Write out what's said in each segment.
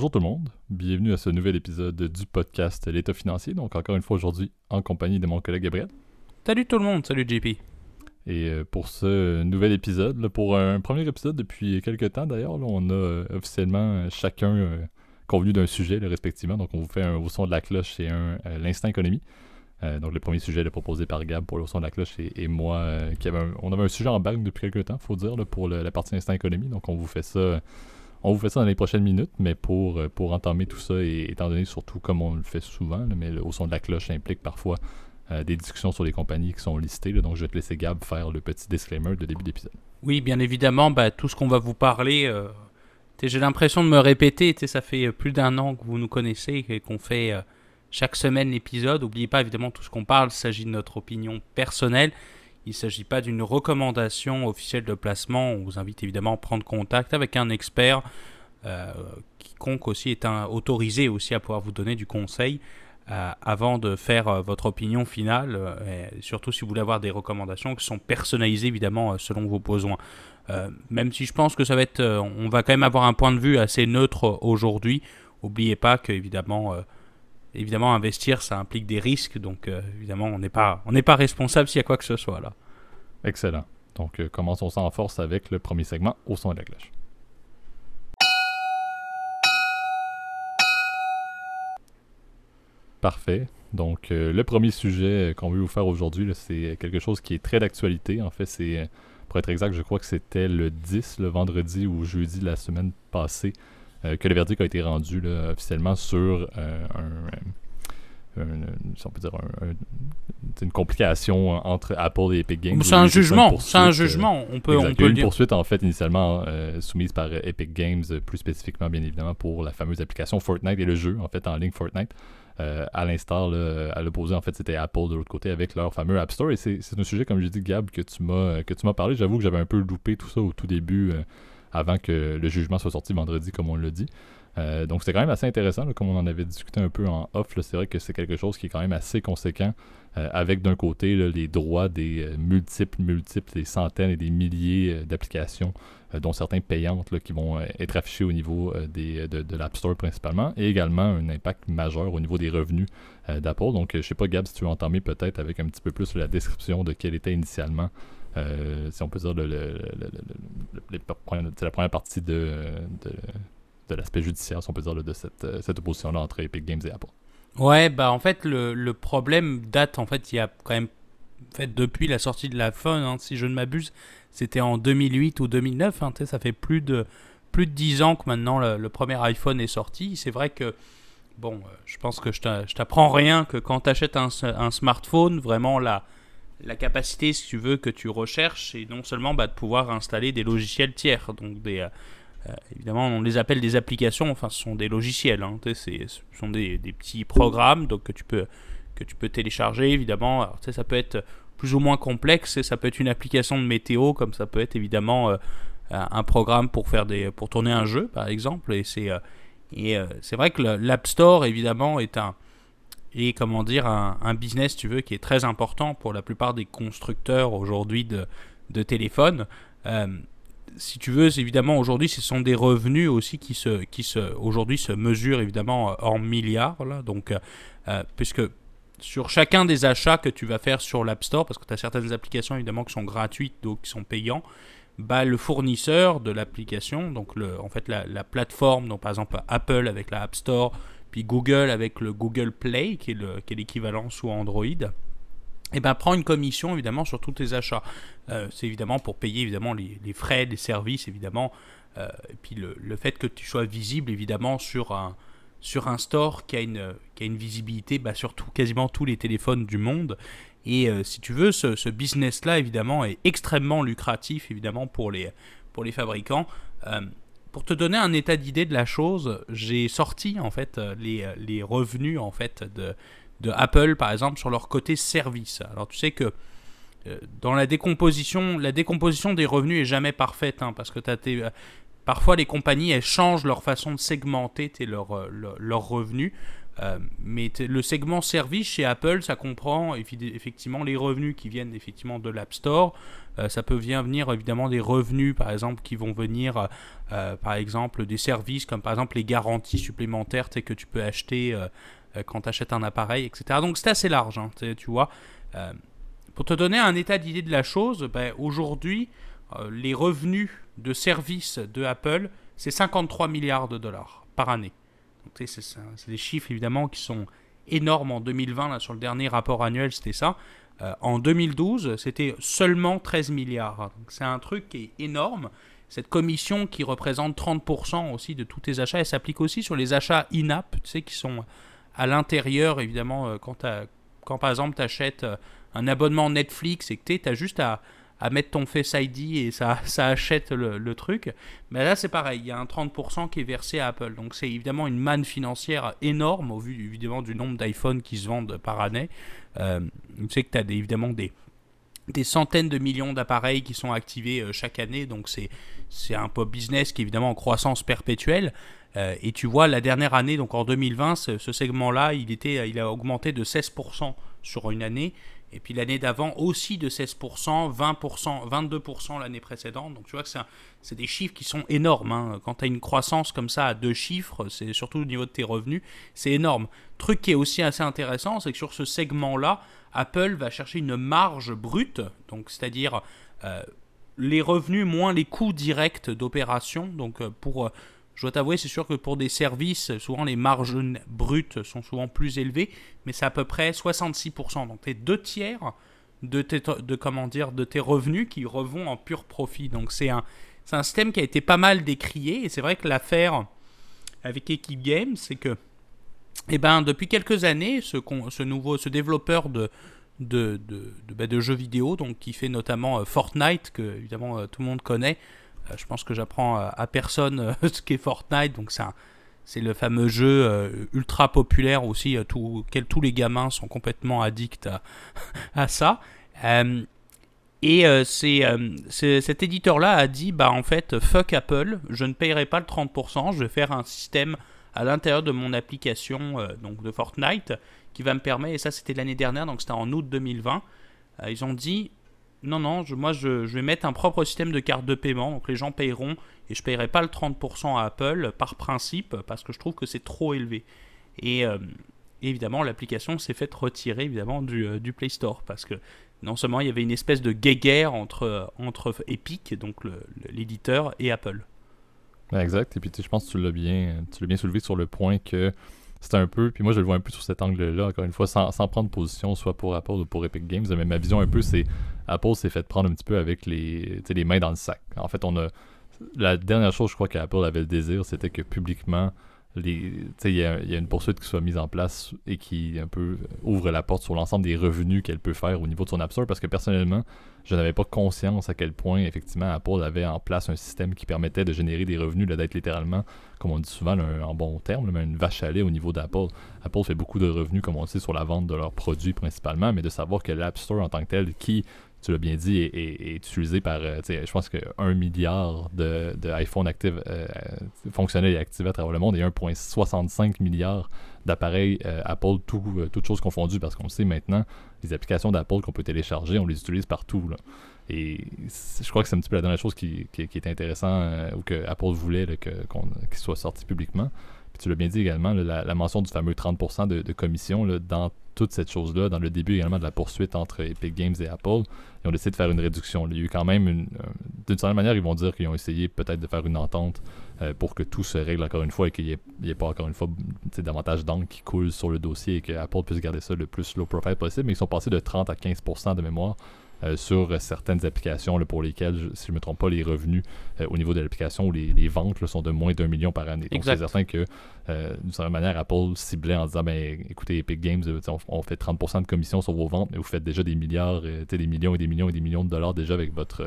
Bonjour tout le monde, bienvenue à ce nouvel épisode du podcast L'État financier. Donc encore une fois aujourd'hui en compagnie de mon collègue Gabriel. Salut tout le monde, salut JP. Et pour ce nouvel épisode, là, pour un premier épisode depuis quelques temps d'ailleurs, là, on a officiellement chacun convenu d'un sujet là, respectivement. Donc on vous fait un au son de la cloche et un l'instant économie. Donc le premier sujet est proposé par Gab pour le son de la cloche et moi on avait un sujet en bague depuis quelques temps, faut dire, là, pour la partie instant économie. Donc on vous fait ça dans les prochaines minutes, mais pour entamer tout ça, et étant donné surtout comme on le fait souvent, là, mais au son de la cloche implique parfois des discussions sur les compagnies qui sont listées. Là, donc je vais te laisser Gab faire le petit disclaimer de début d'épisode. Oui, bien évidemment, tout ce qu'on va vous parler, j'ai l'impression de me répéter, ça fait plus d'un an que vous nous connaissez et qu'on fait chaque semaine l'épisode. N'oubliez pas évidemment tout ce qu'on parle, il s'agit de notre opinion personnelle. Il ne s'agit pas d'une recommandation officielle de placement. On vous invite évidemment à prendre contact avec un expert. Quiconque aussi est autorisé aussi à pouvoir vous donner du conseil avant de faire votre opinion finale. Et surtout si vous voulez avoir des recommandations qui sont personnalisées évidemment selon vos besoins. Même si je pense que ça va être, on va quand même avoir un point de vue assez neutre aujourd'hui. N'oubliez pas que évidemment, investir, ça implique des risques, donc évidemment, on n'est pas responsable s'il y a quoi que ce soit là. Excellent. Donc, commençons ça en force avec le premier segment, au son de la cloche. Parfait. Donc, le premier sujet qu'on veut vous faire aujourd'hui, là, c'est quelque chose qui est très d'actualité. En fait, c'est, pour être exact, je crois que c'était le 10, le vendredi ou jeudi de la semaine passée, que le verdict a été rendu là, officiellement sur si on peut dire une complication entre Apple et Epic Games. C'est un jugement, on peut le dire. Une poursuite en fait initialement soumise par Epic Games, plus spécifiquement bien évidemment pour la fameuse application Fortnite et le jeu en fait en ligne Fortnite. À l'instar, à l'opposé, en fait, c'était Apple de l'autre côté avec leur fameux App Store. Et c'est un sujet, comme je dis, Gab, que tu m'as parlé. J'avoue que j'avais un peu loupé tout ça au tout début, avant que le jugement soit sorti vendredi, comme on l'a dit. Donc c'était quand même assez intéressant, là, comme on en avait discuté un peu en off. Là, c'est vrai que c'est quelque chose qui est quand même assez conséquent, avec d'un côté là, les droits des multiples, des centaines et des milliers d'applications, dont certaines payantes là, qui vont être affichées au niveau de l'App Store principalement, et également un impact majeur au niveau des revenus d'Apple. Donc je sais pas, Gab, si tu veux entamer peut-être avec un petit peu plus la description de quel était initialement, si on peut dire, c'est la première partie de l'aspect judiciaire, si on peut dire, là, de cette opposition-là entre Epic Games et Apple. Ouais, en fait, le problème date, en fait, il y a quand même, en fait, depuis la sortie de l'iPhone, hein, si je ne m'abuse, c'était en 2008 ou 2009, hein, ça fait plus de 10 ans que maintenant le premier iPhone est sorti. C'est vrai que, je pense que je t'apprends rien que quand tu achètes un smartphone, vraiment la capacité, si tu veux, que tu recherches, c'est non seulement de pouvoir installer des logiciels tiers, donc évidemment, on les appelle des applications, enfin, ce sont des logiciels, hein, ce sont des petits programmes donc, que tu peux télécharger, évidemment. Alors, ça peut être plus ou moins complexe, ça peut être une application de météo, comme ça peut être évidemment un programme pour tourner un jeu, par exemple. Et c'est vrai que l'App Store, évidemment, est un business, tu veux, qui est très important pour la plupart des constructeurs aujourd'hui de téléphones. Si tu veux, évidemment, aujourd'hui, ce sont des revenus aussi qui aujourd'hui se mesurent évidemment en milliards. Là, donc, puisque sur chacun des achats que tu vas faire sur l'App Store, parce que tu as certaines applications évidemment qui sont gratuites, d'autres qui sont payants, le fournisseur de l'application, donc en fait la plateforme, donc par exemple Apple avec la App Store, puis Google avec le Google Play, qui est l'équivalent sous Android, prend une commission évidemment sur tous tes achats. C'est évidemment pour payer évidemment les frais, les services évidemment, et puis le fait que tu sois visible évidemment sur un store qui a une visibilité sur quasiment tous les téléphones du monde. Et si tu veux, ce business-là évidemment est extrêmement lucratif évidemment pour les fabricants. Pour te donner un état d'idée de la chose, j'ai sorti en fait les revenus en fait de Apple par exemple sur leur côté service. Alors tu sais que dans la décomposition des revenus est jamais parfaite, hein, parce que parfois les compagnies elles changent leur façon de segmenter leurs revenus. Mais le segment service chez Apple, ça comprend effectivement les revenus qui viennent effectivement de l'App Store. Ça peut venir évidemment des revenus, par exemple, qui vont venir, par exemple, des services comme par exemple les garanties supplémentaires que tu peux acheter quand tu achètes un appareil, etc. Donc c'est assez large, hein, tu vois. Pour te donner un état d'idée de la chose, aujourd'hui, les revenus de services de Apple, c'est 53 milliards de dollars par année. Donc, c'est des chiffres évidemment qui sont énormes en 2020, là, sur le dernier rapport annuel, c'était ça. En 2012, c'était seulement 13 milliards. Donc, c'est un truc qui est énorme. Cette commission qui représente 30% aussi de tous tes achats, elle s'applique aussi sur les achats in-app, tu sais, qui sont à l'intérieur, évidemment, quand par exemple tu achètes un abonnement Netflix et que tu as juste à mettre ton Face ID et ça achète le truc. Mais là, c'est pareil, il y a un 30% qui est versé à Apple. Donc, c'est évidemment une manne financière énorme au vu évidemment du nombre d'iPhone qui se vendent par année. Tu sais que tu as évidemment des centaines de millions d'appareils qui sont activés chaque année. Donc, c'est un peu business qui est évidemment en croissance perpétuelle. Et tu vois, la dernière année, donc en 2020, ce segment-là, il a augmenté de 16% sur une année. Et puis l'année d'avant aussi de 16%, 20%, 22% l'année précédente. Donc tu vois que c'est des chiffres qui sont énormes, hein. Quand tu as une croissance comme ça à 2 chiffres, c'est surtout au niveau de tes revenus, c'est énorme. Truc qui est aussi assez intéressant, c'est que sur ce segment-là, Apple va chercher une marge brute, donc c'est-à-dire les revenus moins les coûts directs d'opération. Donc je dois t'avouer, c'est sûr que pour des services, souvent les marges brutes sont souvent plus élevées, mais c'est à peu près 66%. Donc, tu es 2 tiers de tes revenus qui revont en pur profit. Donc, c'est un système qui a été pas mal décrié. Et c'est vrai que l'affaire avec Epic Games, c'est que depuis quelques années, ce développeur de jeux vidéo, donc, qui fait notamment Fortnite, que évidemment tout le monde connaît, je pense que j'apprends à personne ce qu'est Fortnite. Donc c'est le fameux jeu ultra populaire aussi, tous les gamins sont complètement addicts à ça. Cet éditeur-là a dit, en fait, fuck Apple, je ne payerai pas le 30%, je vais faire un système à l'intérieur de mon application donc de Fortnite qui va me permettre, et ça c'était l'année dernière, donc c'était en août 2020, ils ont dit... Non, je vais mettre un propre système de carte de paiement, donc les gens payeront et je ne payerai pas le 30% à Apple par principe parce que je trouve que c'est trop élevé. Et évidemment, l'application s'est faite retirer évidemment du Play Store parce que non seulement il y avait une espèce de guéguerre entre Epic, donc l'éditeur, et Apple. Exact, et puis je pense que tu l'as bien soulevé sur le point que c'est un peu, puis moi je le vois un peu sur cet angle-là, encore une fois, sans prendre position, soit pour Apple ou pour Epic Games, mais ma vision un peu, c'est Apple s'est fait prendre un petit peu avec les mains dans le sac. En fait, la dernière chose, je crois qu'Apple avait le désir, c'était que publiquement, il y a une poursuite qui soit mise en place et qui un peu ouvre la porte sur l'ensemble des revenus qu'elle peut faire au niveau de son App Store, parce que personnellement, je n'avais pas conscience à quel point, effectivement, Apple avait en place un système qui permettait de générer des revenus, d'être littéralement, comme on dit souvent, en bon terme, une vache à lait au niveau d'Apple. Apple fait beaucoup de revenus, comme on le sait, sur la vente de leurs produits principalement, mais de savoir que l'App Store en tant que tel, qui, tu l'as bien dit, est utilisé par, je pense que 1 milliard de iPhone fonctionnels et activés à travers le monde et 1,65 milliard d'appareils Apple, toutes choses confondues, parce qu'on sait maintenant, les applications d'Apple qu'on peut télécharger, on les utilise partout, là. Et je crois que c'est un petit peu la dernière chose qui est intéressant ou que Apple voulait qu'il soit sorti publiquement. Puis tu l'as bien dit également, la mention du fameux 30% de commission là, dans toute cette chose-là, dans le début également de la poursuite entre Epic Games et Apple, ils ont décidé de faire une réduction. Il y a eu quand même d'une certaine manière, ils vont dire qu'ils ont essayé peut-être de faire une entente pour que tout se règle encore une fois et qu'il n'y ait pas encore une fois davantage d'encre qui coule sur le dossier et que Apple puisse garder ça le plus low profile possible. Mais ils sont passés de 30 à 15% de mémoire sur certaines applications là, pour lesquelles, si je ne me trompe pas, les revenus au niveau de l'application ou les ventes là, sont de moins d'1 million par année. Donc, c'est certain que, d'une certaine manière, Apple ciblait en disant, écoutez, Epic Games, on fait 30% de commission sur vos ventes, mais vous faites déjà des milliards, des millions et des millions et des millions de dollars déjà avec votre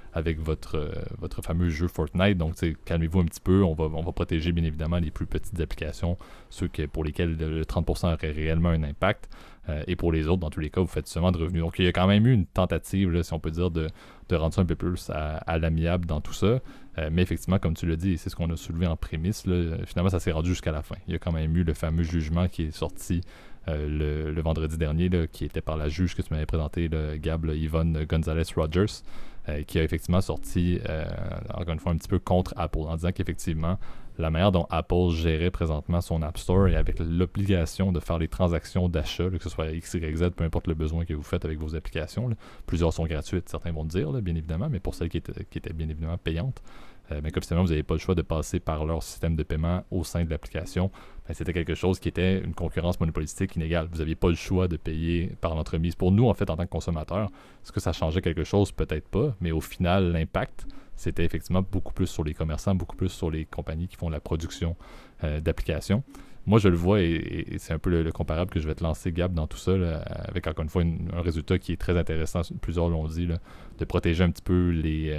avec votre fameux jeu Fortnite. Donc, calmez-vous un petit peu. On va protéger bien évidemment les plus petites applications, pour lesquels le 30% aurait réellement un impact. Et pour les autres, dans tous les cas, vous faites seulement de revenus. Donc, il y a quand même eu une tentative, là, si on peut dire, de rendre ça un peu plus à l'amiable dans tout ça. Mais effectivement, comme tu l'as dit, c'est ce qu'on a soulevé en prémisse, là, finalement, ça s'est rendu jusqu'à la fin. Il y a quand même eu le fameux jugement qui est sorti le vendredi dernier, là, qui était par la juge que tu m'avais présenté, Gab, Yvonne Gonzalez-Rogers, qui a effectivement sorti, encore une fois, un petit peu contre Apple, en disant qu'effectivement, la manière dont Apple gérait présentement son App Store et avec l'obligation de faire les transactions d'achat, que ce soit X, Y, Z, peu importe le besoin que vous faites avec vos applications, là, plusieurs sont gratuites, certains vont le dire, là, bien évidemment, mais pour celles qui étaient bien évidemment payantes, mais comme finalement vous n'avez pas le choix de passer par leur système de paiement au sein de l'application, c'était quelque chose qui était une concurrence monopolistique inégale. Vous n'aviez pas le choix de payer par l'entremise. Pour nous, en fait, en tant que consommateurs, est-ce que ça changeait quelque chose? Peut-être pas, mais au final, l'impact, c'était effectivement beaucoup plus sur les commerçants, beaucoup plus sur les compagnies qui font la production d'applications. Moi, je le vois, et c'est un peu le comparable que je vais te lancer, Gab, dans tout ça, là, avec encore une fois un résultat qui est très intéressant, plusieurs l'ont dit, là, de protéger un petit peu les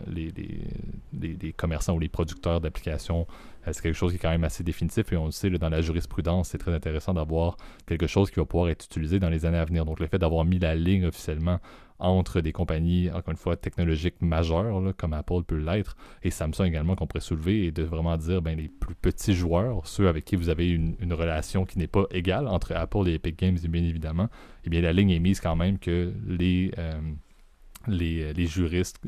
commerçants ou les producteurs d'applications. C'est quelque chose qui est quand même assez définitif, et on le sait, là, dans la jurisprudence, c'est très intéressant d'avoir quelque chose qui va pouvoir être utilisé dans les années à venir. Donc, le fait d'avoir mis la ligne officiellement entre des compagnies, encore une fois, technologiques majeures, là, comme Apple peut l'être, et Samsung également qu'on pourrait soulever, et de vraiment dire, les plus petits joueurs, ceux avec qui vous avez une relation qui n'est pas égale entre Apple et Epic Games, bien évidemment, eh bien la ligne est mise quand même que les juristes,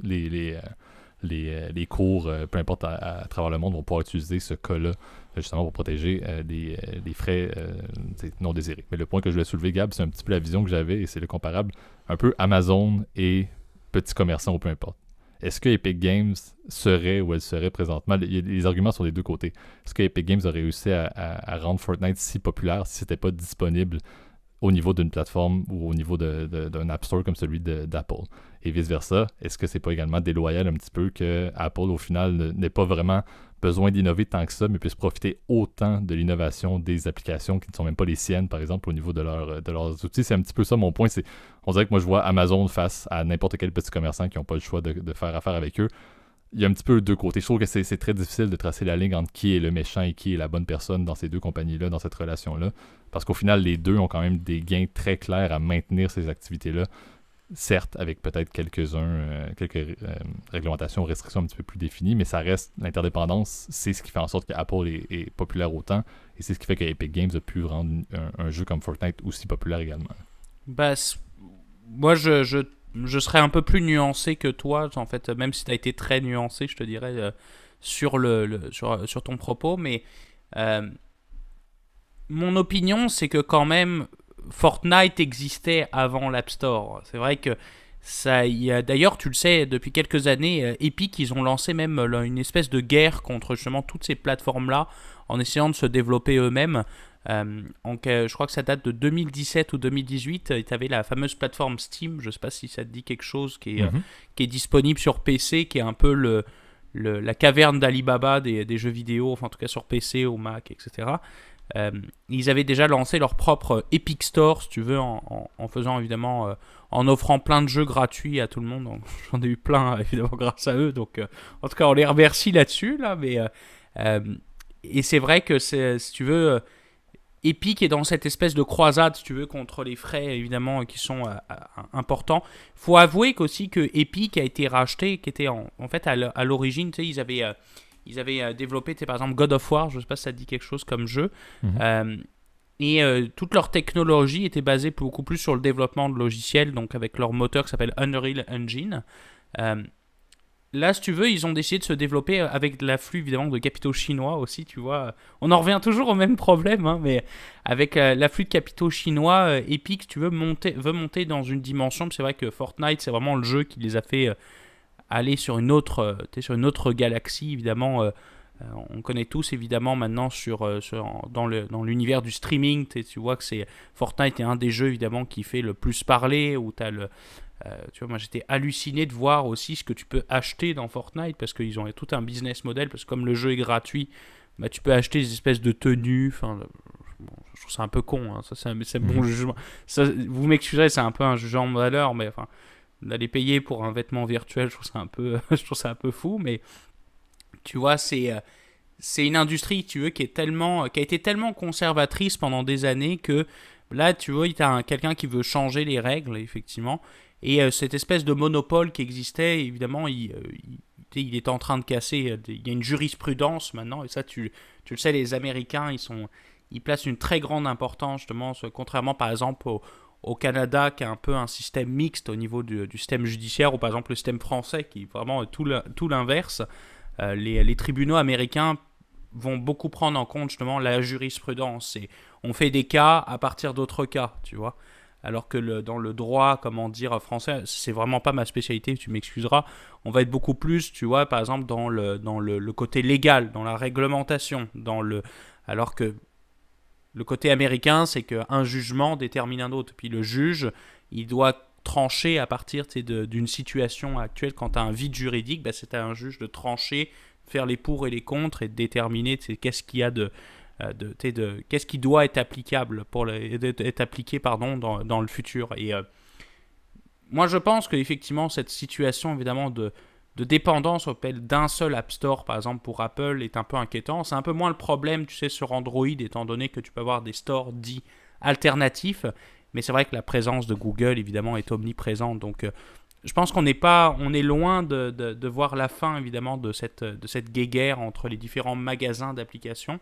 les cours, peu importe à travers le monde, vont pouvoir utiliser ce cas-là justement pour protéger des frais non désirés. Mais le point que je voulais soulever, Gab, c'est un petit peu la vision que j'avais, et c'est le comparable un peu Amazon et petits commerçants ou peu importe. Est-ce que Epic Games serait ou elle serait présentement, les arguments sont des deux côtés, est-ce que Epic Games aurait réussi à rendre Fortnite si populaire si c'était pas disponible au niveau d'une plateforme ou au niveau d'un App Store comme celui d'Apple? Et vice-versa, est-ce que c'est pas également déloyal un petit peu que Apple, au final, n'ait pas vraiment besoin d'innover tant que ça, mais puisse profiter autant de l'innovation des applications qui ne sont même pas les siennes, par exemple, au niveau de leurs outils? C'est un petit peu ça mon point. On dirait que moi, je vois Amazon face à n'importe quel petit commerçant qui n'ont pas le choix de faire affaire avec eux. Il y a un petit peu deux côtés. Je trouve que c'est très difficile de tracer la ligne entre qui est le méchant et qui est la bonne personne dans ces deux compagnies-là, dans cette relation-là. Parce qu'au final, les deux ont quand même des gains très clairs à maintenir ces activités-là. Certes, avec peut-être quelques réglementations, restrictions un petit peu plus définies, mais ça reste l'interdépendance. C'est ce qui fait en sorte qu'Apple est populaire autant, et c'est ce qui fait que Epic Games a pu rendre un jeu comme Fortnite aussi populaire également. Moi, je serais un peu plus nuancé que toi, en fait, même si tu as été très nuancé, je te dirais, sur ton propos, mais mon opinion, c'est que quand même, Fortnite existait avant l'App Store. C'est vrai que d'ailleurs, tu le sais, depuis quelques années, Epic, ils ont lancé même une espèce de guerre contre justement toutes ces plateformes-là, en essayant de se développer eux-mêmes. Je crois que ça date de 2017 ou 2018. Tu avais la fameuse plateforme Steam, je ne sais pas si ça te dit quelque chose, qui est disponible sur PC, qui est un peu la caverne d'Alibaba des jeux vidéo, enfin en tout cas sur PC, au Mac, etc. Ils avaient déjà lancé leur propre Epic Store, si tu veux, en faisant évidemment, en offrant plein de jeux gratuits à tout le monde. Donc, j'en ai eu plein, évidemment, grâce à eux. Donc, en tout cas, on les remercie là-dessus, là. Mais, et c'est vrai que, si tu veux, Epic est dans cette espèce de croisade, si tu veux, contre les frais, évidemment, qui sont importants. Il faut avouer qu'aussi que Epic a été racheté, qui était en fait à l'origine, tu sais, ils avaient développé, par exemple, God of War, je ne sais pas si ça te dit quelque chose comme jeu. Et toute leur technologie était basée beaucoup plus sur le développement de logiciels, donc avec leur moteur qui s'appelle Unreal Engine. Là, si tu veux, ils ont décidé de se développer avec l'afflux, évidemment, de capitaux chinois aussi, tu vois. On en revient toujours au même problème, hein, mais avec l'afflux de capitaux chinois, Epic, tu veux monter dans une dimension. C'est vrai que Fortnite, c'est vraiment le jeu qui les a fait aller sur une autre galaxie, évidemment. On connaît tous, évidemment, maintenant dans l'univers du streaming. Tu vois que Fortnite est un des jeux, évidemment, qui fait le plus parler, où tu as tu vois, moi j'étais halluciné de voir aussi ce que tu peux acheter dans Fortnite, parce qu'ils ont tout un business model, parce que comme le jeu est gratuit, bah, tu peux acheter des espèces de tenues. Enfin, je trouve ça un peu con, hein. Ça, c'est bon jugement. Ça, vous m'excuserez, c'est un peu un jugement de valeur, mais enfin, d'aller payer pour un vêtement virtuel, je trouve ça un peu fou, mais tu vois, c'est une industrie, tu veux, qui a été tellement conservatrice pendant des années que là, tu vois, tu as quelqu'un qui veut changer les règles, effectivement. Et cette espèce de monopole qui existait, évidemment, il est en train de casser. Il y a une jurisprudence maintenant, et ça, tu le sais, les Américains, ils placent une très grande importance, justement, contrairement, par exemple, au Canada, qui a un peu un système mixte au niveau du système judiciaire, ou par exemple le système français, qui est vraiment tout l'inverse. Les tribunaux américains vont beaucoup prendre en compte justement la jurisprudence. Et on fait des cas à partir d'autres cas, tu vois. Alors que dans le droit, comment dire, français, c'est vraiment pas ma spécialité, tu m'excuseras. On va être beaucoup plus, tu vois, par exemple, dans le côté légal, dans la réglementation, alors que le côté américain, c'est qu'un jugement détermine un autre. Puis le juge, il doit trancher à partir d'une situation actuelle. Quand tu as un vide juridique, c'est à un juge de trancher, faire les pour et les contre et de déterminer qu'est-ce qu'il y a qu'est-ce qui doit être applicable être appliqué dans le futur. Et moi je pense qu'effectivement cette situation évidemment de dépendance d'un seul App Store par exemple pour Apple est un peu inquiétant. C'est un peu moins le problème, tu sais, sur Android, étant donné que tu peux avoir des stores dits alternatifs, mais c'est vrai que la présence de Google évidemment est omniprésente. Donc je pense qu'on est loin de voir la fin évidemment de cette guéguerre entre les différents magasins d'applications.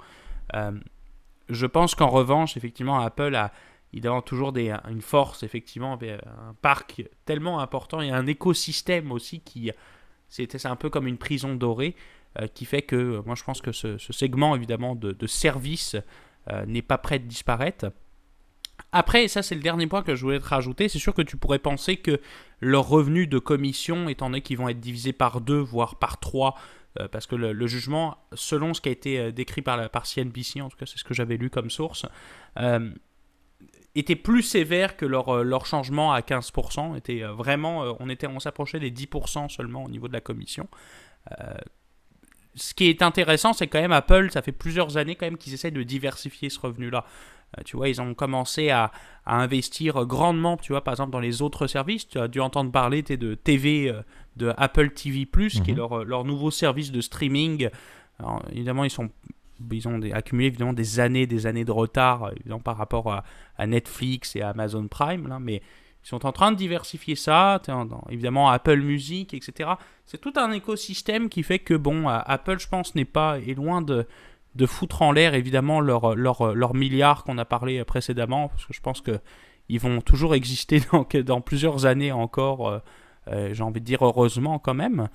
Je pense qu'en revanche, effectivement, Apple a évidemment toujours une force, effectivement, un parc tellement important et un écosystème aussi c'est un peu comme une prison dorée qui fait que moi je pense que ce segment évidemment de service n'est pas prêt de disparaître. Après, et ça c'est le dernier point que je voulais te rajouter, c'est sûr que tu pourrais penser que leurs revenus de commission, étant donné qu'ils vont être divisés par 2, voire par 3, parce que le jugement, selon ce qui a été décrit par CNBC, en tout cas c'est ce que j'avais lu comme source, était plus sévère que leur changement à 15%. Était vraiment, on s'approchait des 10% seulement au niveau de la commission. Ce qui est intéressant, c'est quand même Apple, ça fait plusieurs années quand même qu'ils essaient de diversifier ce revenu-là. Tu vois, ils ont commencé à investir grandement, tu vois, par exemple dans les autres services. Tu as dû entendre parler de TV, de Apple TV+, qui est leur nouveau service de streaming. Alors, évidemment, ils ont accumulé évidemment des années de retard évidemment, par rapport à Netflix et à Amazon Prime, là, mais ils sont en train de diversifier ça, évidemment Apple Music, etc. C'est tout un écosystème qui fait que, bon, Apple, je pense, est loin de foutre en l'air, évidemment, leurs milliards qu'on a parlé précédemment, parce que je pense qu'ils vont toujours exister dans plusieurs années encore, j'ai envie de dire heureusement quand même.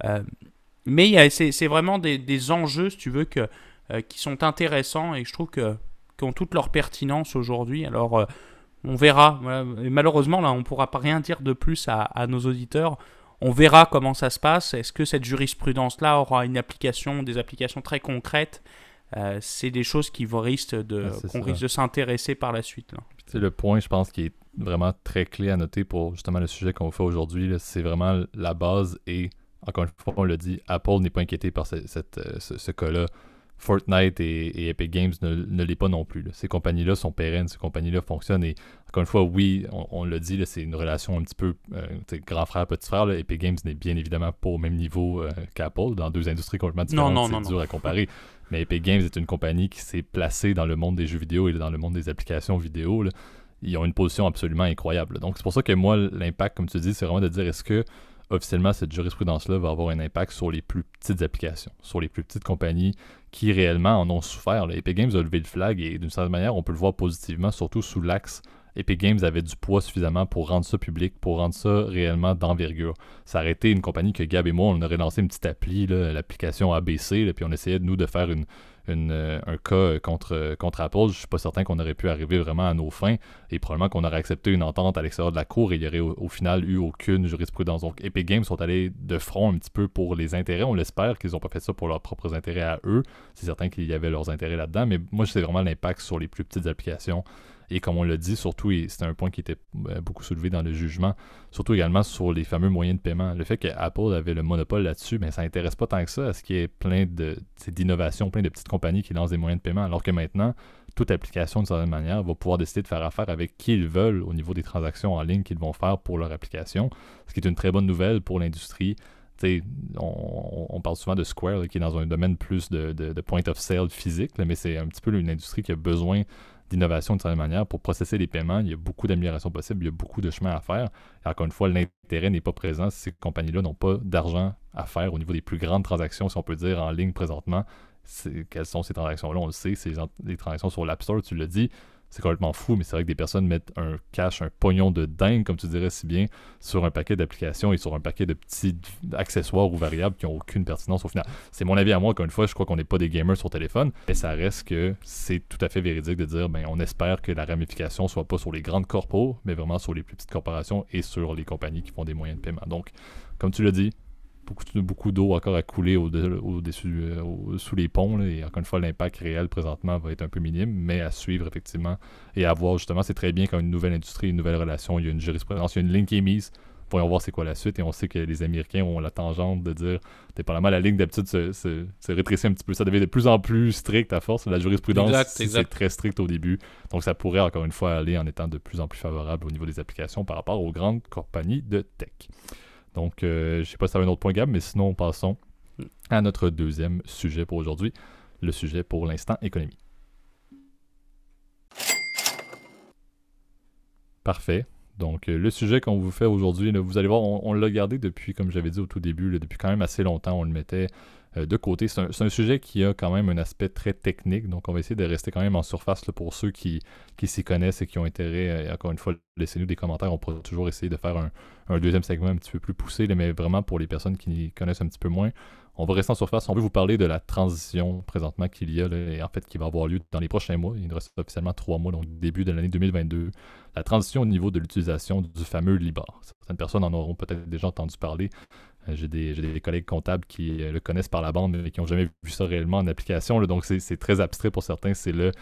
Mais c'est vraiment des enjeux, si tu veux, qui sont intéressants et je trouve qui ont toute leur pertinence aujourd'hui. Alors, on verra. Voilà. Et malheureusement, là, on ne pourra pas rien dire de plus à nos auditeurs. On verra comment ça se passe. Est-ce que cette jurisprudence-là aura des applications très concrètes? C'est des choses qu'on risque de s'intéresser par la suite. C'est le point, je pense, qui est vraiment très clé à noter pour justement le sujet qu'on fait aujourd'hui. Là, c'est vraiment la base et, encore une fois, on l'a dit, Apple n'est pas inquiété par ce cas-là. Fortnite et Epic Games ne l'est pas non plus. Là. Ces compagnies-là sont pérennes, ces compagnies-là fonctionnent et encore une fois, oui, on l'a dit, là, c'est une relation un petit peu grand frère, petit frère. Là. Epic Games n'est bien évidemment pas au même niveau qu'Apple, dans deux industries complètement différentes, dur à comparer. Mais Epic Games est une compagnie qui s'est placée dans le monde des jeux vidéo et dans le monde des applications vidéo. Là. Ils ont une position absolument incroyable. Là. Donc c'est pour ça que moi, l'impact, comme tu dis, c'est vraiment de dire est-ce que officiellement, cette jurisprudence-là va avoir un impact sur les plus petites applications, sur les plus petites compagnies qui réellement en ont souffert. Là. Epic Games a levé le flag et d'une certaine manière, on peut le voir positivement, surtout sous l'axe Epic Games avait du poids suffisamment pour rendre ça public, pour rendre ça réellement d'envergure. Ça aurait été une compagnie que Gab et moi, on aurait lancé une petite appli, là, l'application ABC, là, puis on essayait de faire un cas contre Apple. Je suis pas certain qu'on aurait pu arriver vraiment à nos fins et probablement qu'on aurait accepté une entente à l'extérieur de la cour et il y aurait au final eu aucune jurisprudence. Donc Epic Games sont allés de front un petit peu pour les intérêts. On l'espère qu'ils n'ont pas fait ça pour leurs propres intérêts à eux. C'est certain qu'il y avait leurs intérêts là-dedans, mais moi c'est vraiment l'impact sur les plus petites applications. Et comme on l'a dit, surtout, et c'était un point qui était beaucoup soulevé dans le jugement, surtout également sur les fameux moyens de paiement. Le fait qu'Apple avait le monopole là-dessus, mais ça n'intéresse pas tant que ça à ce qu'il y ait plein d'innovations, plein de petites compagnies qui lancent des moyens de paiement, alors que maintenant, toute application, d'une certaine manière, va pouvoir décider de faire affaire avec qui ils veulent au niveau des transactions en ligne qu'ils vont faire pour leur application, ce qui est une très bonne nouvelle pour l'industrie. On parle souvent de Square, là, qui est dans un domaine plus de point of sale physique, là, mais c'est un petit peu une industrie qui a besoin d'innovation d'une certaine manière pour processer les paiements. Il y a beaucoup d'améliorations possibles, il y a beaucoup de chemin à faire. Et encore une fois, l'intérêt n'est pas présent si ces compagnies-là n'ont pas d'argent à faire au niveau des plus grandes transactions, si on peut dire, en ligne présentement. Quelles sont ces transactions-là? On le sait, c'est les transactions sur l'App Store, tu l'as dit. C'est complètement fou, mais c'est vrai que des personnes mettent un cash, un pognon de dingue, comme tu dirais si bien, sur un paquet d'applications et sur un paquet de petits accessoires ou variables qui n'ont aucune pertinence au final. C'est mon avis à moi, encore une fois, je crois qu'on n'est pas des gamers sur téléphone, mais ça reste que c'est tout à fait véridique de dire, on espère que la ramification soit pas sur les grandes corpos, mais vraiment sur les plus petites corporations et sur les compagnies qui font des moyens de paiement. Donc, comme tu l'as dit, beaucoup d'eau encore à couler sous les ponts. Là, et encore une fois, l'impact réel présentement va être un peu minime, mais à suivre effectivement et à voir justement, c'est très bien quand une nouvelle industrie, une nouvelle relation, il y a une jurisprudence, il y a une ligne qui est mise. Voyons voir c'est quoi la suite. Et on sait que les Américains ont la tangente de dire, dépendamment, la ligne d'habitude se rétrécit un petit peu. Ça devient de plus en plus strict à force. La jurisprudence, c'est très strict au début. Donc ça pourrait encore une fois aller en étant de plus en plus favorable au niveau des applications par rapport aux grandes compagnies de tech. Donc, je ne sais pas si tu as un autre point, Gab, mais sinon, passons à notre deuxième sujet pour aujourd'hui, le sujet pour l'instant économie. Parfait. Donc, le sujet qu'on vous fait aujourd'hui, là, vous allez voir, on l'a gardé depuis, comme j'avais dit au tout début, là, depuis quand même assez longtemps, on le mettait de côté. C'est un sujet qui a quand même un aspect très technique, donc on va essayer de rester quand même en surface là, pour ceux qui s'y connaissent et qui ont intérêt. Encore une fois, laissez-nous des commentaires, on pourra toujours essayer de faire un deuxième segment un petit peu plus poussé, là, mais vraiment pour les personnes qui connaissent un petit peu moins, on va rester en surface. On veut vous parler de la transition présentement qu'il y a là, et en fait qui va avoir lieu dans les prochains mois. Il nous reste officiellement 3 mois, donc début de l'année 2022. La transition au niveau de l'utilisation du fameux Libor. Certaines personnes en auront peut-être déjà entendu parler. J'ai des collègues comptables qui le connaissent par la bande, mais qui n'ont jamais vu ça réellement en application. Là, donc, c'est très abstrait pour certains. C'est le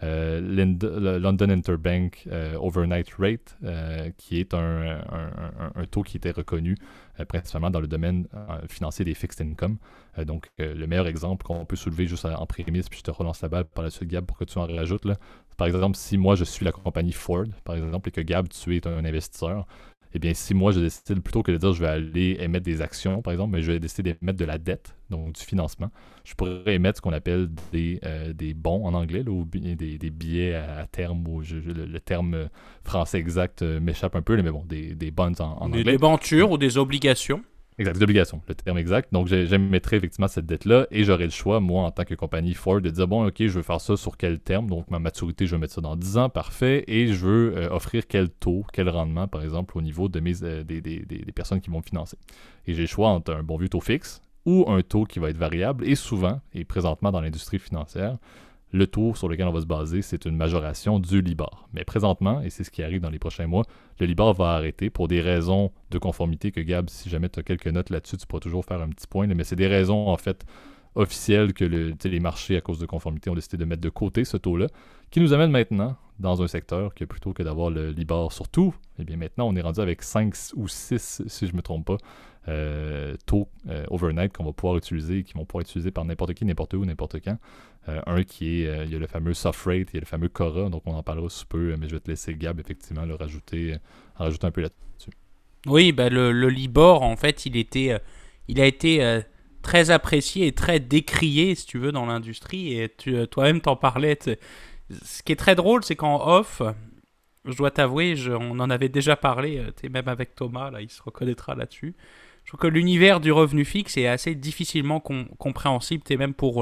London Interbank Overnight Rate, qui est un taux qui était reconnu principalement dans le domaine financier des fixed income. Donc, le meilleur exemple qu'on peut soulever juste en prémisse, puis je te relance la balle par la suite, Gab, pour que tu en rajoutes. Là. Par exemple, si moi, je suis la compagnie Ford, par exemple, et que Gab, tu es un investisseur, eh bien, si moi, je décide, plutôt que de dire je vais aller émettre des actions, par exemple, mais je vais décider d'émettre de la dette, donc du financement, je pourrais émettre ce qu'on appelle des bons en anglais, là, ou des billets à terme, ou le terme français exact m'échappe un peu, mais bon, des bonds en anglais. Des débentures ou des obligations. Exact, des obligations, le terme exact. Donc, j'émettrais effectivement cette dette-là et j'aurais le choix, moi, en tant que compagnie Ford, de dire, bon, OK, je veux faire ça sur quel terme? Donc, ma maturité, je vais mettre ça dans 10 ans, parfait. Et je veux offrir quel taux, quel rendement, par exemple, au niveau de des personnes qui vont me financer. Et j'ai le choix entre un bon vieux taux fixe ou un taux qui va être variable. Et souvent, et présentement dans l'industrie financière, le taux sur lequel on va se baser, c'est une majoration du Libor. Mais présentement, et c'est ce qui arrive dans les prochains mois, le Libor va arrêter pour des raisons de conformité que Gab, si jamais tu as quelques notes là-dessus, tu pourras toujours faire un petit point. Mais c'est des raisons, en fait, officielles que les marchés, à cause de conformité, ont décidé de mettre de côté ce taux-là, qui nous amène maintenant dans un secteur que plutôt que d'avoir le Libor surtout, eh bien maintenant, on est rendu avec 5 ou 6, si je ne me trompe pas, taux overnight qu'on va pouvoir utiliser, qui vont pouvoir être utilisés par n'importe qui, n'importe où, n'importe quand. Un qui est, il y a le fameux soft rate, il y a le fameux Cora, donc on en parlera sous peu, mais je vais te laisser Gab effectivement le rajouter un peu là-dessus. Oui, le Libor, en fait, il a été très apprécié et très décrié, si tu veux, dans l'industrie, et toi-même t'en parlais. Ce qui est très drôle, c'est qu'en off, je dois t'avouer, on en avait déjà parlé, même avec Thomas, là, il se reconnaîtra là-dessus. Je trouve que l'univers du revenu fixe est assez difficilement compréhensible, même pour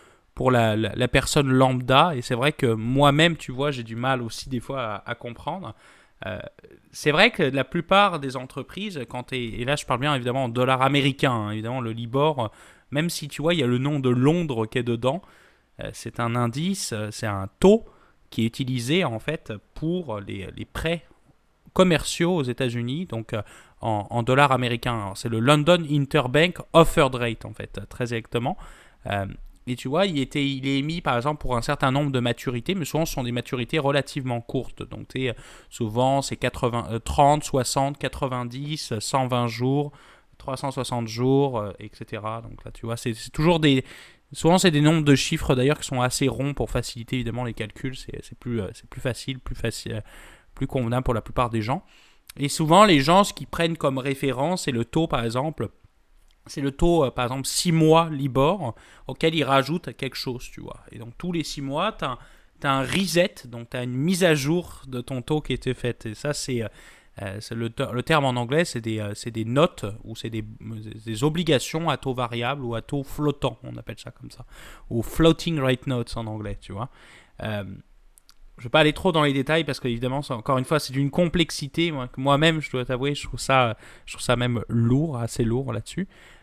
la personne lambda, et c'est vrai que moi-même, tu vois, j'ai du mal aussi des fois à comprendre. C'est vrai que la plupart des entreprises, et là je parle bien évidemment en dollars américains, hein, évidemment le Libor, même si tu vois, il y a le nom de Londres qui est dedans, c'est un indice, c'est un taux qui est utilisé en fait pour les prêts commerciaux aux États-Unis, donc en dollars américains. Alors, c'est le London Interbank Offered Rate en fait, très exactement. Et tu vois, il est émis par exemple pour un certain nombre de maturités, mais souvent ce sont des maturités relativement courtes. Donc souvent c'est 30, 60, 90, 120 jours, 360 jours, etc. Donc là tu vois, c'est toujours des Souvent, c'est des nombres de chiffres d'ailleurs qui sont assez ronds pour faciliter évidemment les calculs. C'est plus facile, plus convenable pour la plupart des gens. Et souvent, les gens, ce qu'ils prennent comme référence, c'est le taux, par exemple. C'est le taux, par exemple, 6 mois Libor, auquel ils rajoutent quelque chose, tu vois. Et donc, tous les 6 mois, tu as un reset, donc tu as une mise à jour de ton taux qui a été faite. Et ça, c'est le terme en anglais, c'est des notes ou c'est des obligations à taux variable ou à taux flottant, on appelle ça comme ça. Ou floating rate notes en anglais, tu vois. Je ne vais pas aller trop dans les détails parce qu'évidemment, encore une fois, c'est d'une complexité que moi-même, je dois t'avouer, je trouve ça même lourd, assez lourd là-dessus.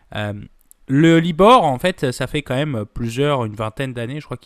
Le Libor, en fait, ça fait quand même une vingtaine d'années. Je crois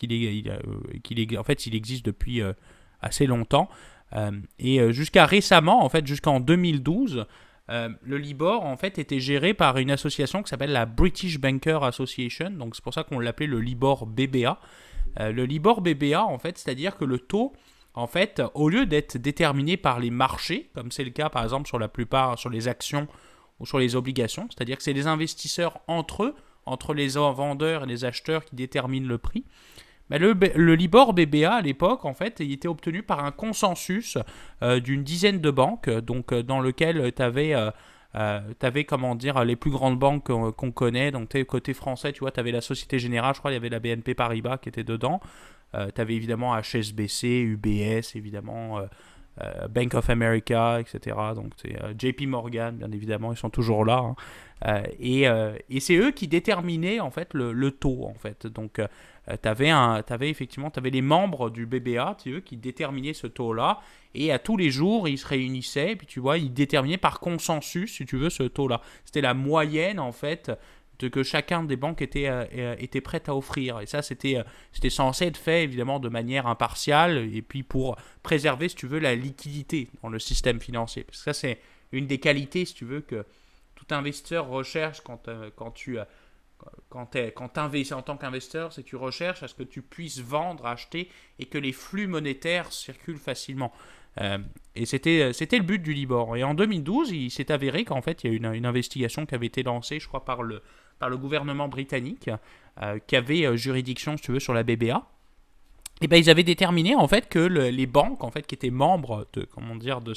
en fait, il existe depuis assez longtemps. Et jusqu'à récemment, en fait, jusqu'en 2012, le Libor, en fait, était géré par une association qui s'appelle la British Banker Association. Donc, c'est pour ça qu'on l'appelait le Libor BBA. Le Libor BBA, en fait, c'est-à-dire que le taux, en fait, au lieu d'être déterminé par les marchés, comme c'est le cas, par exemple, sur les actions ou sur les obligations, c'est-à-dire que c'est les investisseurs entre les vendeurs et les acheteurs qui déterminent le prix. Mais le Libor BBA, à l'époque, en fait, il était obtenu par un consensus d'une dizaine de banques, donc dans lequel tu avais, comment dire, les plus grandes banques qu'on connaît. Donc, côté français, tu vois, tu avais la Société Générale, je crois, il y avait la BNP Paribas qui était dedans. Tu avais évidemment HSBC, UBS, évidemment, Bank of America, etc. Donc, JP Morgan, bien évidemment, ils sont toujours là. Hein. Et c'est eux qui déterminaient, en fait, le taux, en fait. Donc, t'avais les membres du BBA, eux, qui déterminaient ce taux-là. Et à tous les jours, ils se réunissaient, et puis tu vois, ils déterminaient par consensus, si tu veux, ce taux-là. C'était la moyenne, en fait, que chacun des banques était prête à offrir. Et ça, c'était censé être fait, évidemment, de manière impartiale, et puis pour préserver, si tu veux, la liquidité dans le système financier. Parce que ça, c'est une des qualités, si tu veux, que tout investisseur recherche quand tu investis en tant qu'investisseur, c'est que tu recherches à ce que tu puisses vendre, acheter, et que les flux monétaires circulent facilement. Et c'était le but du Libor. Et en 2012, il s'est avéré qu'en fait, il y a une investigation qui avait été lancée, je crois, par le gouvernement britannique, qui avait juridiction, si tu veux, sur la BBA. Et ben, ils avaient déterminé en fait que les banques, en fait, qui étaient membres de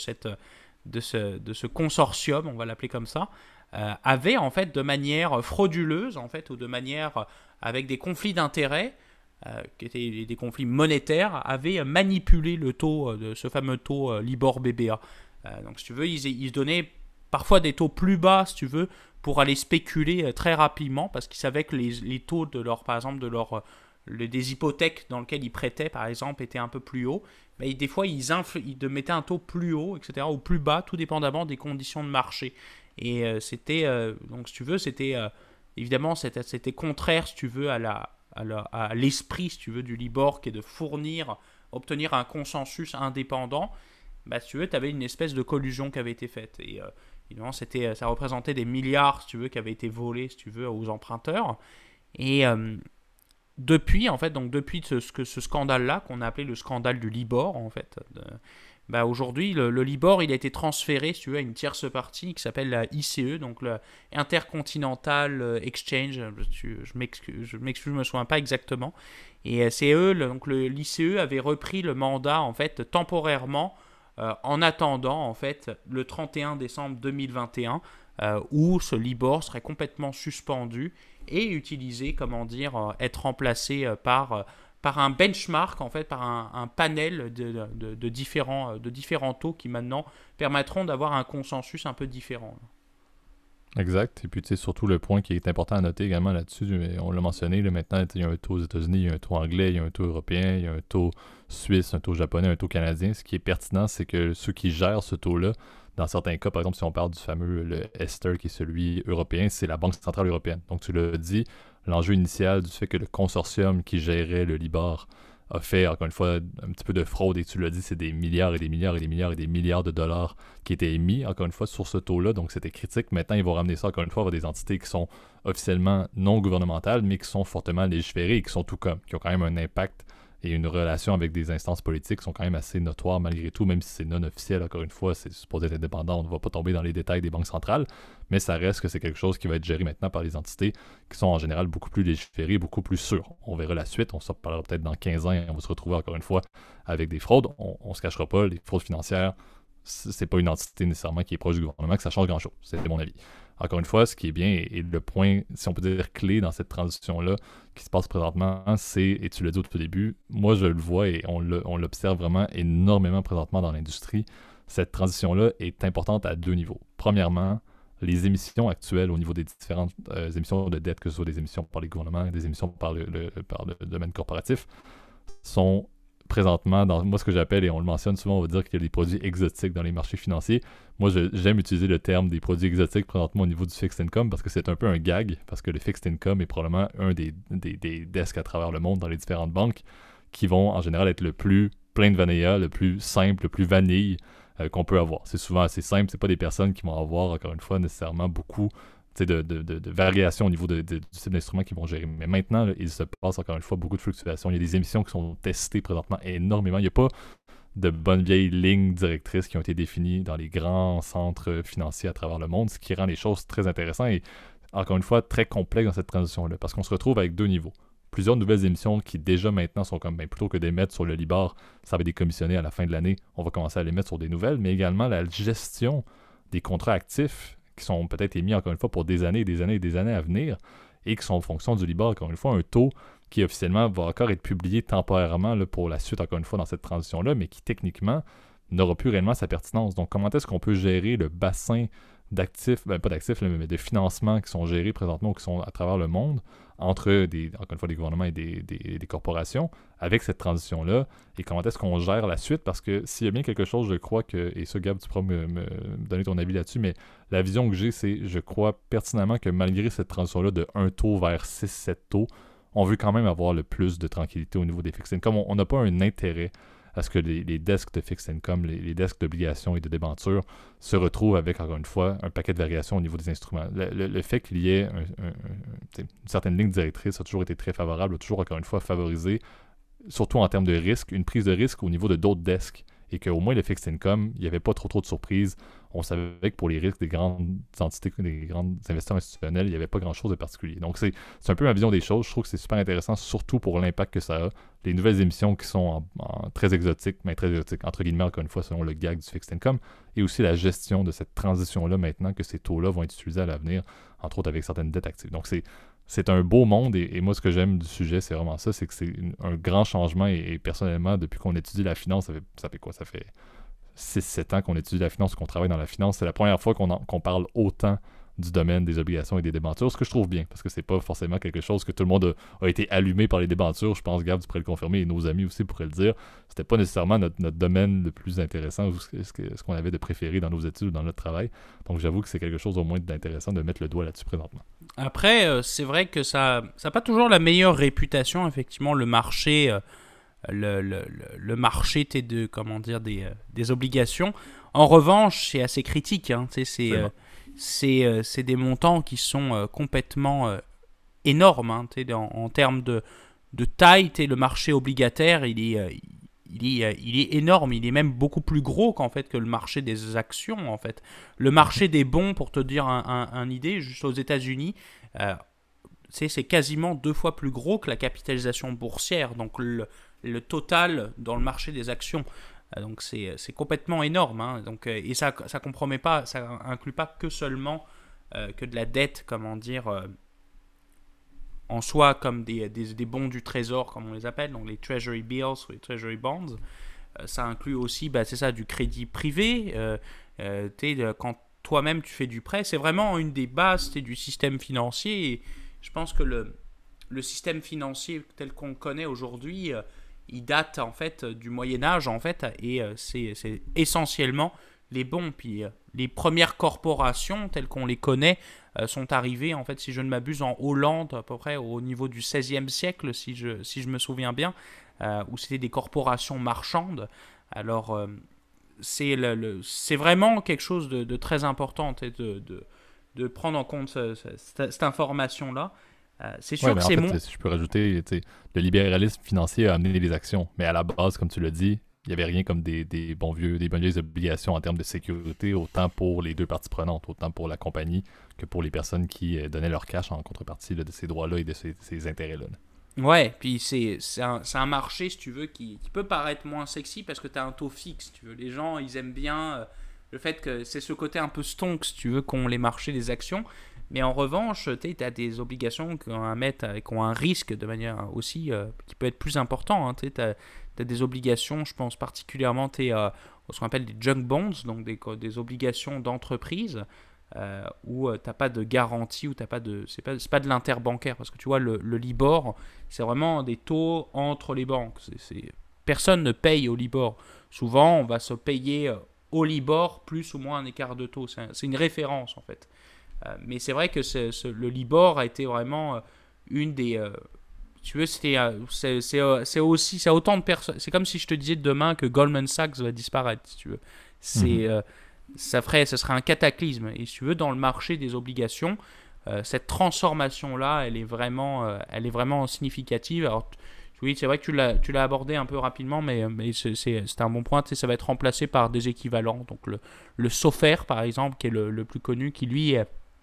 ce consortium, on va l'appeler comme ça, avaient en fait de manière frauduleuse, en fait, ou de manière avec des conflits d'intérêts, qui étaient des conflits monétaires, avaient manipulé le taux de ce fameux taux Libor BBA. Donc, si tu veux, ils donnaient parfois des taux plus bas, si tu veux, pour aller spéculer très rapidement, parce qu'ils savaient que les taux par exemple, des hypothèques dans lesquelles ils prêtaient, par exemple, étaient un peu plus hauts. Mais des fois, ils mettaient un taux plus haut, etc., ou plus bas, tout dépendamment des conditions de marché. Et donc, si tu veux, évidemment, c'était contraire, si tu veux, à l'esprit, si tu veux, du Libor, qui est de obtenir un consensus indépendant. Bah, si tu veux, tu avais une espèce de collusion qui avait été faite. Et évidemment, ça représentait des milliards, si tu veux, qui avaient été volés, si tu veux, aux emprunteurs. Et depuis ce scandale-là, qu'on a appelé le scandale du Libor, en fait, aujourd'hui, le Libor, il a été transféré, si tu veux, à une tierce partie qui s'appelle la ICE, donc le Intercontinental Exchange. Je m'excuse, je me souviens pas exactement. Et c'est eux, donc l'ICE avait repris le mandat, en fait, temporairement, en attendant, en fait, le 31 décembre 2021, où ce Libor serait complètement suspendu et utilisé, être remplacé par un benchmark, en fait, par un panel de différents taux qui maintenant permettront d'avoir un consensus un peu différent. Exact. Et puis, tu sais, surtout le point qui est important à noter également là-dessus, on l'a mentionné, maintenant, il y a un taux aux États-Unis, il y a un taux anglais, il y a un taux européen, il y a un taux suisse, un taux japonais, un taux canadien. Ce qui est pertinent, c'est que ceux qui gèrent ce taux-là, dans certains cas, par exemple, si on parle du fameux le Ester, qui est celui européen, c'est la Banque centrale européenne. Donc, tu l'as dit, l'enjeu initial du fait que le consortium qui gérait le Libor a fait, encore une fois, un petit peu de fraude, et tu l'as dit, c'est des milliards et des milliards et des milliards et des milliards de dollars qui étaient émis, encore une fois, sur ce taux-là, donc c'était critique. Maintenant, ils vont ramener ça, encore une fois, vers des entités qui sont officiellement non gouvernementales, mais qui sont fortement légiférées et qui sont tout comme, qui ont quand même un impact et une relation avec des instances politiques sont quand même assez notoires malgré tout, même si c'est non officiel, encore une fois, c'est supposé être indépendant, on ne va pas tomber dans les détails des banques centrales, mais ça reste que c'est quelque chose qui va être géré maintenant par les entités qui sont en général beaucoup plus légiférées, beaucoup plus sûres. On verra la suite, on s'en parlera peut-être dans 15 ans, et on va se retrouver encore une fois avec des fraudes. On ne se cachera pas, les fraudes financières, c'est pas une entité nécessairement qui est proche du gouvernement que ça change grand-chose, c'est mon avis. Encore une fois, ce qui est bien et le point, si on peut dire clé dans cette transition-là qui se passe présentement, c'est, et tu l'as dit au tout début, moi je le vois et on l'observe vraiment énormément présentement dans l'industrie, cette transition-là est importante à 2 niveaux. Premièrement, les émissions actuelles au niveau des différentes émissions de dette, que ce soit des émissions par les gouvernements, des émissions par le domaine corporatif, sont présentement dans moi ce que j'appelle, et on le mentionne souvent, on va dire qu'il y a des produits exotiques dans les marchés financiers. Moi, j'aime utiliser le terme des produits exotiques présentement au niveau du fixed income parce que c'est un peu un gag, parce que le fixed income est probablement un des desks à travers le monde dans les différentes banques qui vont en général être le plus plain de vanilla, le plus simple, le plus vanille qu'on peut avoir. C'est souvent assez simple, c'est pas des personnes qui vont avoir, encore une fois, nécessairement beaucoup de variations au niveau du type d'instrument qu'ils vont gérer. Mais maintenant, là, il se passe encore une fois beaucoup de fluctuations. Il y a des émissions qui sont testées présentement énormément. Il n'y a pas de bonnes vieilles lignes directrices qui ont été définies dans les grands centres financiers à travers le monde, ce qui rend les choses très intéressantes et, encore une fois, très complexes dans cette transition-là. Parce qu'on se retrouve avec 2 niveaux. Plusieurs nouvelles émissions qui déjà maintenant sont comme, plutôt que d'émettre sur le Libor, ça va être décommissionné à la fin de l'année, on va commencer à les mettre sur des nouvelles, mais également la gestion des contrats actifs qui sont peut-être émis encore une fois pour des années et des années et des années à venir et qui sont en fonction du Libor, encore une fois, un taux qui officiellement va encore être publié temporairement là, pour la suite, encore une fois, dans cette transition-là, mais qui techniquement n'aura plus réellement sa pertinence. Donc, comment est-ce qu'on peut gérer le bassin d'actifs, pas d'actifs, mais de financements qui sont gérés présentement ou qui sont à travers le monde entre, encore une fois, des gouvernements et des corporations avec cette transition-là, et comment est-ce qu'on gère la suite, parce que s'il y a bien quelque chose, je crois que, et ça, Gab, tu pourras me donner ton avis là-dessus, mais la vision que j'ai, c'est, je crois pertinemment que malgré cette transition-là de 1 taux vers 6-7 taux, on veut quand même avoir le plus de tranquillité au niveau des fixed income. On n'a pas un intérêt à ce que les desks de fixed income, les desks d'obligations et de débentures se retrouvent avec, encore une fois, un paquet de variations au niveau des instruments. Le fait qu'il y ait une certaine ligne directrice a toujours été très favorable, a toujours, encore une fois, favorisé, surtout en termes de risque, une prise de risque au niveau de d'autres desks. Et qu'au moins, le fixed income, il n'y avait pas trop de surprises. On savait que pour les risques des grandes entités, des grands investisseurs institutionnels, il n'y avait pas grand-chose de particulier. Donc, c'est un peu ma vision des choses. Je trouve que c'est super intéressant, surtout pour l'impact que ça a. Les nouvelles émissions qui sont très exotiques, mais très exotiques, entre guillemets, encore une fois, selon le gag du fixed income, et aussi la gestion de cette transition-là maintenant que ces taux-là vont être utilisés à l'avenir, entre autres avec certaines dettes actives. Donc, c'est un beau monde, et moi, ce que j'aime du sujet, c'est vraiment ça, c'est que c'est un grand changement, et personnellement, depuis qu'on étudie la finance, ça fait quoi? Ça fait 6-7 ans qu'on étudie la finance, qu'on travaille dans la finance. C'est la première fois qu'on parle autant du domaine des obligations et des débentures, ce que je trouve bien, parce que c'est pas forcément quelque chose que tout le monde a été allumé par les débentures. Je pense, Gab, tu pourrais le confirmer, et nos amis aussi pourraient le dire. C'était pas nécessairement notre domaine le plus intéressant, ou ce qu'on avait de préféré dans nos études ou dans notre travail. Donc j'avoue que c'est quelque chose au moins d'intéressant de mettre le doigt là-dessus présentement. Après, c'est vrai que ça n'a pas toujours la meilleure réputation, effectivement, le marché... le marché des obligations. En revanche, c'est assez critique. Hein, c'est des montants qui sont complètement énormes. Hein, en termes de taille, le marché obligataire, il est énorme. Il est même beaucoup plus gros qu'en fait que le marché des actions. En fait, le marché des bons, pour te dire une idée, juste aux États-Unis. C'est quasiment 2 fois plus gros que la capitalisation boursière. Donc le total dans le marché des actions. Donc c'est complètement énorme. Hein. Donc, et ça compromet pas, ça inclut pas que seulement que de la dette, comment dire, en soi, comme des bons du trésor, comme on les appelle, donc les treasury bills ou les treasury bonds. Ça inclut aussi, c'est ça, du crédit privé. Quand toi-même tu fais du prêt, c'est vraiment une des bases du système financier. Et je pense que le système financier tel qu'on le connaît aujourd'hui, il date en fait du Moyen-Âge en fait, et c'est essentiellement les bons. Puis les premières corporations telles qu'on les connaît sont arrivées en fait, si je ne m'abuse, en Hollande à peu près au niveau du XVIe siècle, si je me souviens bien, où c'était des corporations marchandes. Alors c'est vraiment quelque chose de très important, de prendre en compte cette information-là. C'est sûr mais que en c'est fait, si je peux rajouter, le libéralisme financier a amené les actions, mais à la base, comme tu l'as dit, il n'y avait rien comme des bonnes vieilles obligations en termes de sécurité, autant pour les deux parties prenantes, autant pour la compagnie que pour les personnes qui donnaient leur cash en contrepartie là, de ces droits-là et de ces intérêts-là. Ouais, puis c'est un marché, si tu veux, qui peut paraître moins sexy parce que tu as un taux fixe, si tu veux. Les gens, ils aiment bien le fait que c'est ce côté un peu stonk, si tu veux, qu'ont les marchés des actions. Mais en revanche, tu as des obligations qui ont un risque de manière aussi qui peut être plus important. Hein. Tu as des obligations, je pense particulièrement ce qu'on appelle des junk bonds, donc des obligations d'entreprise où tu n'as pas de garantie, où t'as pas de, c'est pas de l'interbancaire. Parce que tu vois, le Libor, c'est vraiment des taux entre les banques. Personne ne paye au Libor. Souvent, on va se payer au Libor plus ou moins un écart de taux. C'est une référence en fait. Mais c'est vrai que le Libor a été vraiment une des. Tu veux, c'est aussi, c'est autant de personnes. C'est comme si je te disais demain que Goldman Sachs va disparaître, si tu veux. Ce serait un cataclysme. Et si tu veux, dans le marché des obligations, cette transformation-là, elle est vraiment significative. Alors, oui, c'est vrai que tu l'as abordé un peu rapidement, mais c'est un bon point. Tu sais, ça va être remplacé par des équivalents. Donc, le SOFR, par exemple, qui est le plus connu, qui lui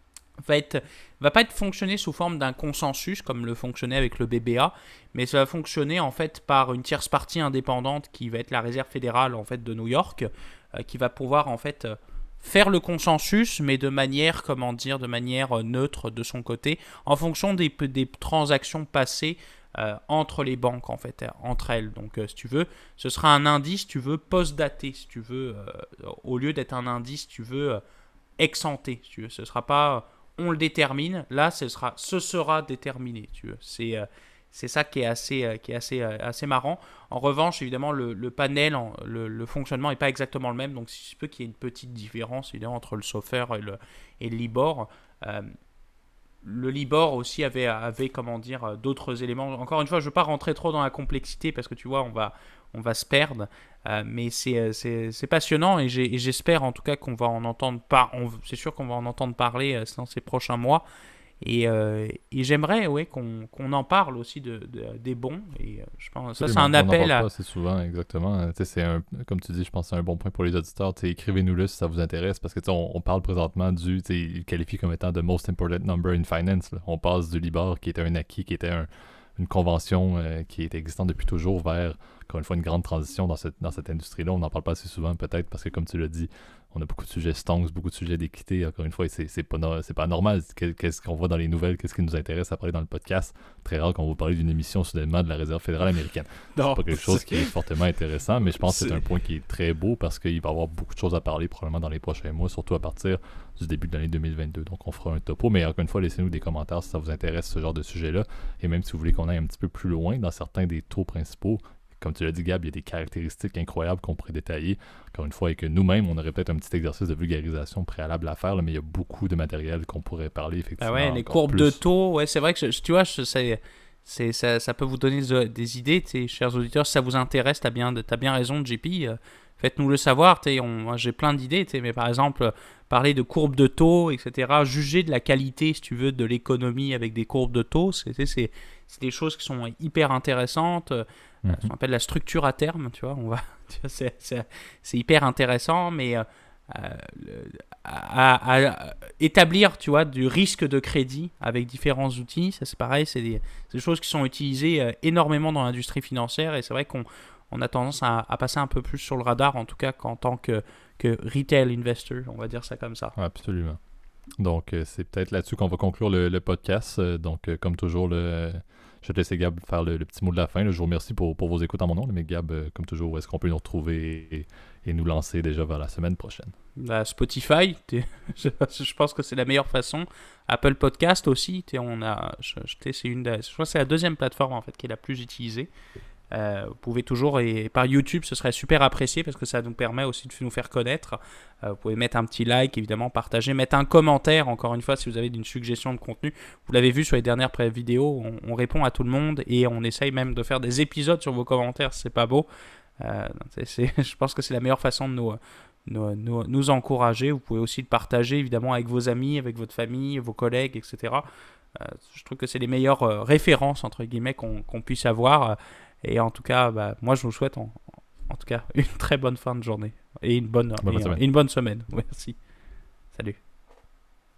va pas être fonctionné sous forme d'un consensus comme le fonctionnait avec le BBA, mais ça va fonctionner en fait par une tierce partie indépendante qui va être la Réserve fédérale en fait de New York, qui va pouvoir en fait faire le consensus, mais de manière neutre de son côté, en fonction des transactions passées entre les banques en fait, entre elles. Donc si tu veux, ce sera un indice, si tu veux, post-daté, si tu veux, au lieu d'être un indice, si tu veux, ex-ante, si tu veux. Ce sera pas on le détermine, là ce sera déterminé, tu veux. C'est ça qui est assez marrant. En revanche, évidemment, le panel, le fonctionnement n'est pas exactement le même, donc il se peut qu'il y ait une petite différence évidemment entre le SOFR et le Libor. Le Libor aussi avait comment dire, d'autres éléments. Encore une fois, je ne veux pas rentrer trop dans la complexité parce que tu vois, on va se perdre. Mais c'est passionnant et j'espère en tout cas qu'on va en entendre c'est sûr qu'on va en entendre parler dans ces prochains mois. Et j'aimerais qu'on en parle aussi des bons. Et je pense ça, c'est un appel on n'en parle pas assez souvent, exactement. Comme tu dis, je pense que c'est un bon point pour les auditeurs. Écrivez-nous-le si ça vous intéresse, parce que on parle présentement il qualifie comme étant the most important number in finance. Là. On passe du Libor, qui était un acquis, qui était une convention qui était existante depuis toujours, vers, encore une fois, une grande transition dans cette industrie-là. On n'en parle pas assez souvent, peut-être, parce que, comme tu l'as dit, on a beaucoup de sujets stonks, beaucoup de sujets d'équité. Encore une fois, c'est pas normal. Qu'est-ce qu'on voit dans les nouvelles, qu'est-ce qui nous intéresse à parler dans le podcast. Très rare qu'on vous parle d'une émission soudainement de la Réserve fédérale américaine. C'est pas quelque chose qui est fortement intéressant, mais je pense que c'est un point qui est très beau parce qu'il va y avoir beaucoup de choses à parler probablement dans les prochains mois, surtout à partir du début de l'année 2022. Donc on fera un topo, mais encore une fois, laissez-nous des commentaires si ça vous intéresse ce genre de sujet-là. Et même si vous voulez qu'on aille un petit peu plus loin dans certains des taux principaux, comme tu l'as dit, Gab, il y a des caractéristiques incroyables qu'on pourrait détailler, encore une fois, et que nous-mêmes, on aurait peut-être un petit exercice de vulgarisation préalable à faire, là, mais il y a beaucoup de matériel qu'on pourrait parler, effectivement. Ah ouais, les courbes de taux, ouais, c'est vrai que, tu vois, ça peut vous donner des idées, chers auditeurs, si ça vous intéresse, t'as bien raison, JP, faites-nous le savoir, moi, j'ai plein d'idées, mais par exemple, parler de courbes de taux, etc., juger de la qualité, si tu veux, de l'économie avec des courbes de taux, c'est des choses qui sont hyper intéressantes. Ce qu'on appelle la structure à terme, tu vois, c'est hyper intéressant, mais à établir, tu vois, du risque de crédit avec différents outils, ça c'est pareil, c'est des choses qui sont utilisées énormément dans l'industrie financière, et c'est vrai qu'on a tendance à passer un peu plus sur le radar, en tout cas qu'en tant que retail investor, on va dire ça comme ça. Absolument. Donc c'est peut-être là-dessus qu'on va conclure le podcast. Donc comme toujours, je vais te laisser Gab faire le petit mot de la fin. Je vous remercie pour vos écoutes en mon nom. Mais Gab, comme toujours, où est-ce qu'on peut nous retrouver et nous lancer déjà vers la semaine prochaine? Spotify, je pense que c'est la meilleure façon. Apple Podcast aussi. Je crois que c'est la deuxième plateforme en fait qui est la plus utilisée. Vous pouvez toujours, et par YouTube, ce serait super apprécié parce que ça nous permet aussi de nous faire connaître. Vous pouvez mettre un petit like, évidemment, partager, mettre un commentaire, encore une fois, si vous avez une suggestion de contenu. Vous l'avez vu sur les dernières vidéos, on répond à tout le monde et on essaye même de faire des épisodes sur vos commentaires si c'est pas beau. Je pense que c'est la meilleure façon de nous encourager. Vous pouvez aussi le partager évidemment avec vos amis, avec votre famille, vos collègues, etc. Je trouve que c'est les meilleures références entre guillemets qu'on puisse avoir. Et en tout cas, moi je vous souhaite en tout cas une très bonne fin de journée et une bonne semaine. Merci. Salut.